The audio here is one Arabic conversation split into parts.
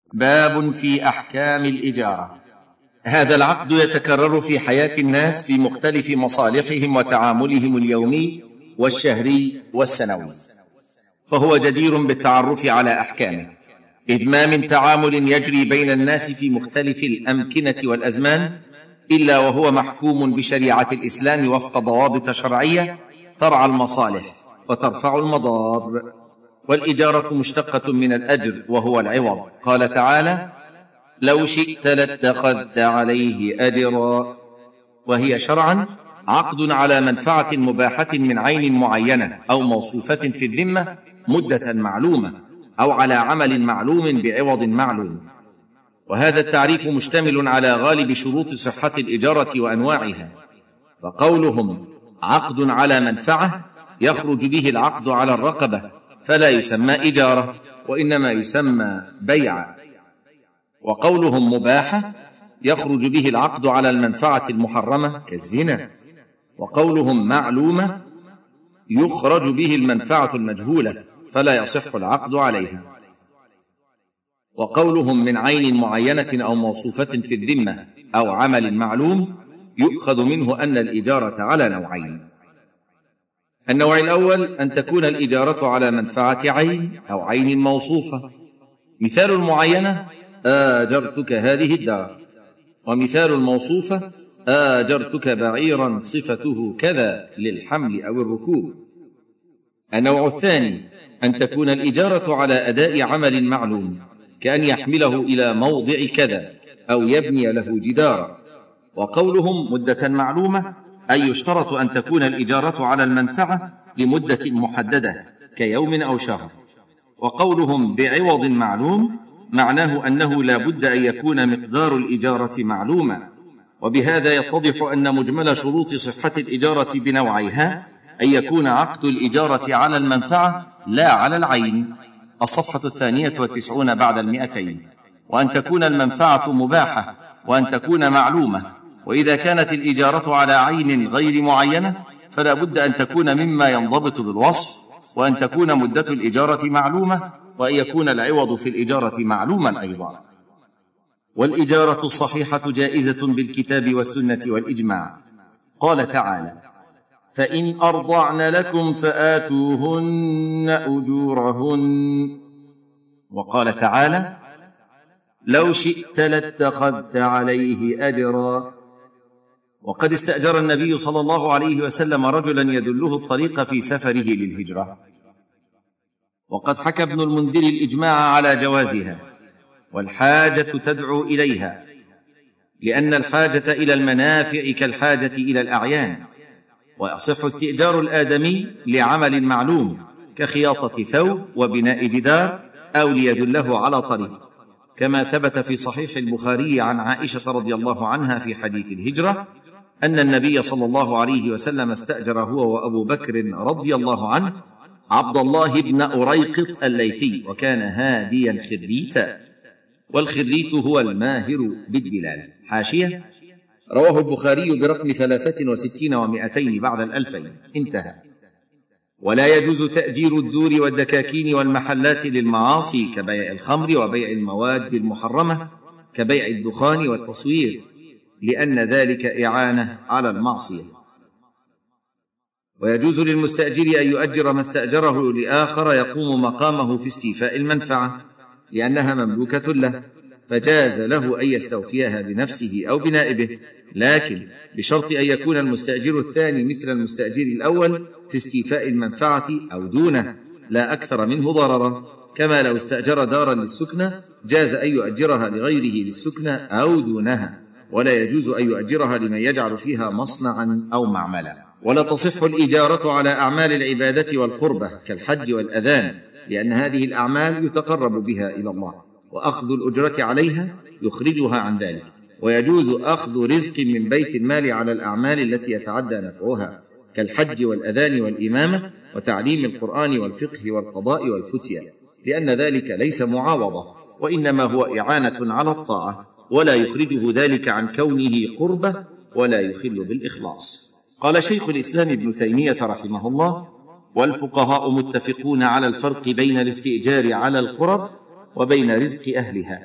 باب في أحكام الإجارة. هذا العقد يتكرر في حياة الناس في مختلف مصالحهم وتعاملهم اليومي والشهري والسنوي، فهو جدير بالتعرف على أحكامه، إذ ما من تعامل يجري بين الناس في مختلف الأمكنة والأزمان إلا وهو محكوم بشريعة الإسلام وفق ضوابط شرعية ترعى المصالح وترفع المضار. والإجارة مشتقة من الأجر وهو العوض، قال تعالى: لو شئت لاتخذت عليه أجرا. وهي شرعا عقد على منفعة مباحة من عين معينة أو موصوفة في الذمة مدة معلومة، أو على عمل معلوم بعوض معلوم. وهذا التعريف مشتمل على غالب شروط صحة الإجارة وأنواعها، فقولهم عقد على منفعة يخرج به العقد على الرقبة فلا يسمى إجارة وإنما يسمى بيع. وقولهم مباحة يخرج به العقد على المنفعة المحرمة كالزنا. وقولهم معلومة يخرج به المنفعة المجهولة فلا يصح العقد عليها. وقولهم من عين معينة أو موصوفة في الذمة أو عمل معلوم يؤخذ منه أن الإجارة على نوعين: النوع الأول أن تكون الإجارة على منفعة عين أو عين موصوفة، مثال المعينة: آجرتك هذه الدار. ومثال الموصوفة: آجرتك بعيرا صفته كذا للحمل أو الركوب. النوع الثاني أن تكون الإجارة على أداء عمل معلوم، كأن يحمله إلى موضع كذا أو يبني له جدارا. وقولهم مدة معلومة أي يشترط أن تكون الإجارة على المنفعة لمدة محددة كيوم أو شهر. وقولهم بعوض معلوم معناه أنه لا بد أن يكون مقدار الإجارة معلوما. وبهذا يتضح أن مجمل شروط صحة الإجارة بنوعيها أن يكون عقد الإجارة على المنفعة لا على العين. الصفحة 92 بعد 200. وأن تكون المنفعة مباحة، وأن تكون معلومة. وإذا كانت الإجارة على عين غير معينة فلا بد أن تكون مما ينضبط بالوصف، وأن تكون مدة الإجارة معلومة، وأن يكون العوض في الإجارة معلوما أيضا. والإجارة الصحيحة جائزة بالكتاب والسنة والإجماع. قال تعالى: فإن أرضعن لكم فآتوهن أجورهن. وقال تعالى: لو شئت لاتخذت عليه أجرا. وقد استأجر النبي صلى الله عليه وسلم رجلا يدله الطريق في سفره للهجرة. وقد حكى ابن المنذر الإجماع على جوازها، والحاجة تدعو إليها، لأن الحاجة إلى المنافع كالحاجة إلى الأعيان. ويصح استئجار الآدمي لعمل معلوم كخياطة ثوب وبناء جدار أو ليدله على طريق، كما ثبت في صحيح البخاري عن عائشة رضي الله عنها في حديث الهجرة أن النبي صلى الله عليه وسلم استأجر هو وأبو بكر رضي الله عنه عبد الله بن أريقط الليثي، وكان هاديا خريتا، والخريت هو الماهر بالدلال. حاشية: رواه البخاري برقم 63 و200 بعد 2000. انتهى. ولا يجوز تأجير الدور والدكاكين والمحلات للمعاصي كبيع الخمر وبيع المواد المحرمة كبيع الدخان والتصوير، لأن ذلك إعانة على المعصية. ويجوز للمستأجر أن يؤجر ما استأجره لآخر يقوم مقامه في استيفاء المنفعة، لأنها مملوكة له، فجاز له أن يستوفيها بنفسه أو بنائبه، لكن بشرط أن يكون المستأجر الثاني مثل المستأجر الأول في استيفاء المنفعة أو دونه، لا أكثر منه ضررا. كما لو استأجر دارا للسكنى جاز أن يؤجرها لغيره للسكنى أو دونها، ولا يجوز أن يؤجرها لمن يجعل فيها مصنعا أو معملا. ولا تصح الإجارة على أعمال العبادة والقربة كالحج والأذان، لأن هذه الأعمال يتقرب بها إلى الله، وأخذ الأجرة عليها يخرجها عن ذلك. ويجوز أخذ رزق من بيت المال على الأعمال التي يتعدى نفعها كالحج والأذان والإمامة وتعليم القرآن والفقه والقضاء والفتية، لأن ذلك ليس معاوضة، وإنما هو إعانة على الطاعة، ولا يخرجه ذلك عن كونه قربة ولا يخل بالإخلاص. قال شيخ الإسلام ابن تيمية رحمه الله: والفقهاء متفقون على الفرق بين الاستئجار على القرب وبين رزق أهلها،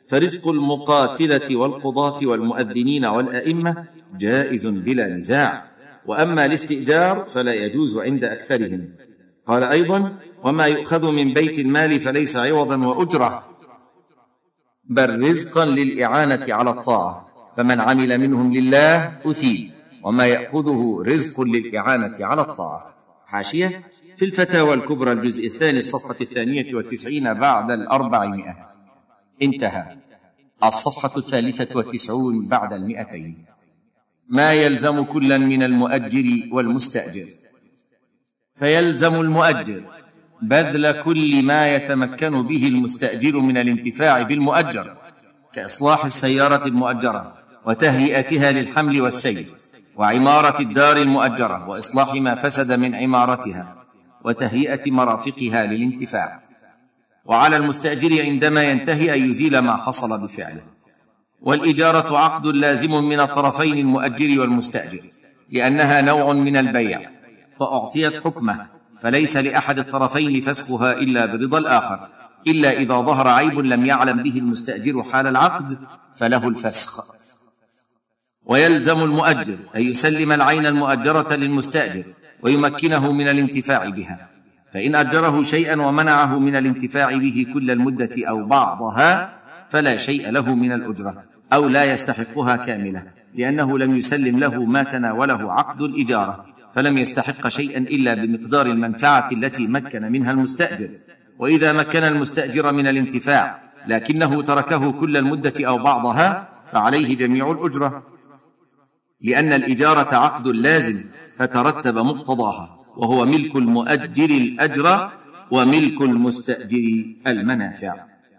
فرزق المقاتلة والقضاة والمؤذنين والأئمة جائز بلا نزاع، وأما الاستئجار فلا يجوز عند أكثرهم. قال أيضا: وما يؤخذ من بيت المال فليس عوضا وأجرة، بل رزقا للإعانة على الطاعة، فمن عمل منهم لله أثيب، وما يأخذه رزق للإعانة على الطاعة. حاشية: في الفتاوى الكبرى الجزء الثاني الصفحة 92 بعد 400. انتهى. الصفحة 93 بعد 200. ما يلزم كلا من المؤجر والمستأجر. فيلزم المؤجر بذل كل ما يتمكن به المستأجر من الانتفاع بالمؤجر، كإصلاح السيارة المؤجرة وتهيئتها للحمل والسير، وعمارة الدار المؤجرة وإصلاح ما فسد من عمارتها، وتهيئة مرافقها للانتفاع. وعلى المستأجر عندما ينتهي أن يزيل ما حصل بفعله. والإجارة عقد لازم من الطرفين المؤجر والمستأجر، لأنها نوع من البيع فأعطيت حكمه، فليس لأحد الطرفين فسخها إلا برضا الآخر، إلا إذا ظهر عيب لم يعلم به المستأجر حال العقد فله الفسخ. ويلزم المؤجر أن يسلم العين المؤجرة للمستأجر ويمكنه من الانتفاع بها، فإن أجره شيئا ومنعه من الانتفاع به كل المدة أو بعضها فلا شيء له من الأجرة، أو لا يستحقها كاملة، لأنه لم يسلم له ما تناوله عقد الإجارة، فلم يستحق شيئا إلا بمقدار المنفعة التي مكن منها المستأجر. وإذا مكن المستأجر من الانتفاع لكنه تركه كل المدة أو بعضها فعليه جميع الأجرة، لأن الإجارة عقد لازم فترتب مقتضاها، وهو ملك المؤجر الأجر وملك المستأجر المنافع.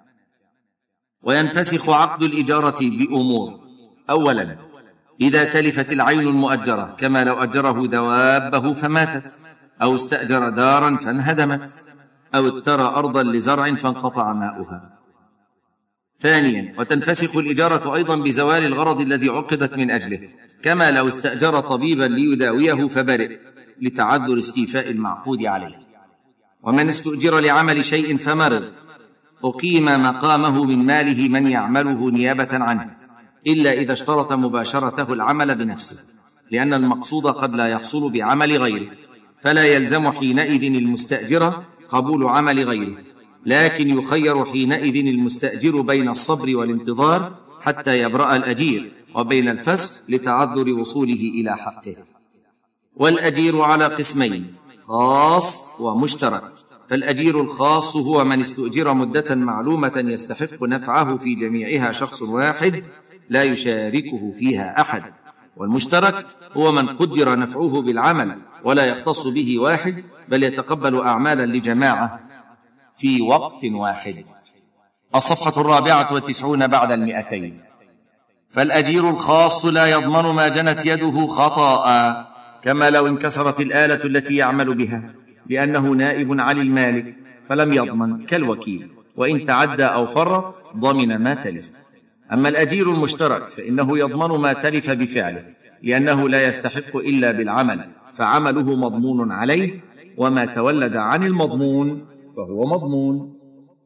وينفسخ عقد الإجارة بأمور: أولا، إذا تلفت العين المؤجرة، كما لو أجره دوابه فماتت، أو استأجر دارا فانهدمت، أو اقترى أرضا لزرع فانقطع ماؤها. ثانيا، وتنفسخ الإجارة أيضا بزوال الغرض الذي عقدت من أجله، كما لو استأجر طبيبا ليداويه فبرئ لتعذر استيفاء المعقود عليه. ومن استؤجر لعمل شيء فمرض أقيم مقامه من ماله من يعمله نيابة عنه، إلا إذا اشترط مباشرته العمل بنفسه، لأن المقصود قد لا يحصل بعمل غيره، فلا يلزم حينئذ المستأجر قبول عمل غيره، لكن يخير حينئذ المستأجر بين الصبر والانتظار حتى يبرأ الأجير، وبين الفسخ لتعذر وصوله إلى حقه. والأجير على قسمين: خاص ومشترك. فالأجير الخاص هو من استؤجر مدة معلومة يستحق نفعه في جميعها شخص واحد لا يشاركه فيها أحد. والمشترك هو من قدر نفعه بالعمل ولا يختص به واحد، بل يتقبل أعمالا لجماعة في وقت واحد. الصفحة 94 بعد 200. فالأجير الخاص لا يضمن ما جنت يده خطأ، كما لو انكسرت الآلة التي يعمل بها، لأنه نائب عن المالك فلم يضمن كالوكيل، وإن تعدى أو فرط ضمن ما تلف. أما الأجير المشترك فإنه يضمن ما تلف بفعله، لأنه لا يستحق إلا بالعمل، فعمله مضمون عليه، وما تولد عن المضمون فهو مضمون.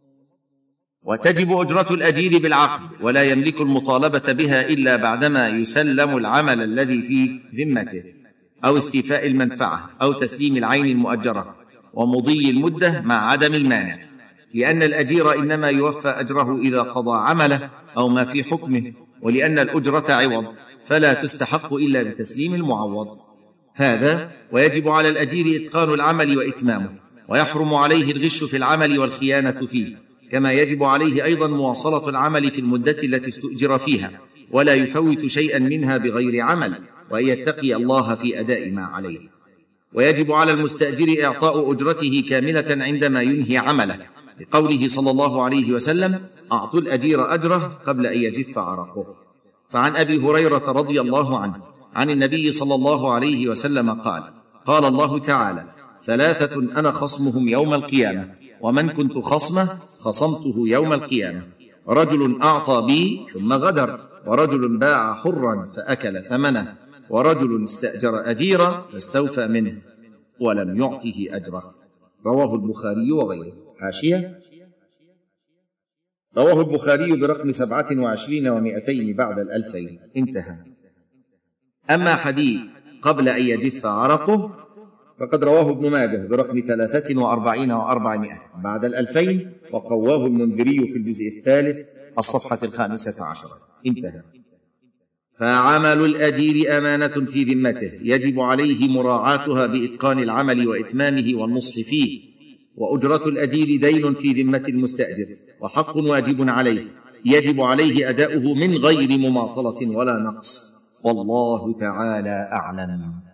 وتجب أجرة الأجير بالعقد، ولا يملك المطالبة بها إلا بعدما يسلم العمل الذي في ذمته، أو استيفاء المنفعة، أو تسليم العين المؤجرة، ومضي المدة مع عدم المانع، لأن الأجير إنما يوفى أجره إذا قضى عمله أو ما في حكمه، ولأن الأجرة عوض فلا تستحق إلا بتسليم المعوض. هذا ويجب على الأجير إتقان العمل وإتمامه، ويحرم عليه الغش في العمل والخيانة فيه، كما يجب عليه أيضا مواصلة العمل في المدة التي استؤجر فيها، ولا يفوت شيئا منها بغير عمل، وأن يتقي الله في أداء ما عليه. ويجب على المستأجر إعطاء أجرته كاملة عندما ينهي عمله، لقوله صلى الله عليه وسلم: أعطوا الأجير أجره قبل أن يجف عرقه. فعن أبي هريرة رضي الله عنه عن النبي صلى الله عليه وسلم قال: قال الله تعالى: ثلاثة أنا خصمهم يوم القيامة، ومن كنت خصمه خصمته يوم القيامة: رجل أعطى بي ثم غدر، ورجل باع حرا فأكل ثمنه، ورجل استأجر أجيرا فاستوفى منه ولم يعطه أجره. رواه البخاري وغيره. حاشية: رواه البخاري برقم 27 و200 بعد 2000. انتهى. أما حديث قبل أن يجف عرقه فقد رواه ابن ماجه برقم 43 و400 بعد 2000، وقواه المنذري في الجزء الثالث الصفحة 15. انتهى. فعمل الأجير أمانة في ذمته يجب عليه مراعاتها بإتقان العمل وإتمامه والنصح فيه، وأجرة الأجير دين في ذمة المستأجر وحق واجب عليه يجب عليه أداؤه من غير مماطلة ولا نقص، والله تعالى أعلم.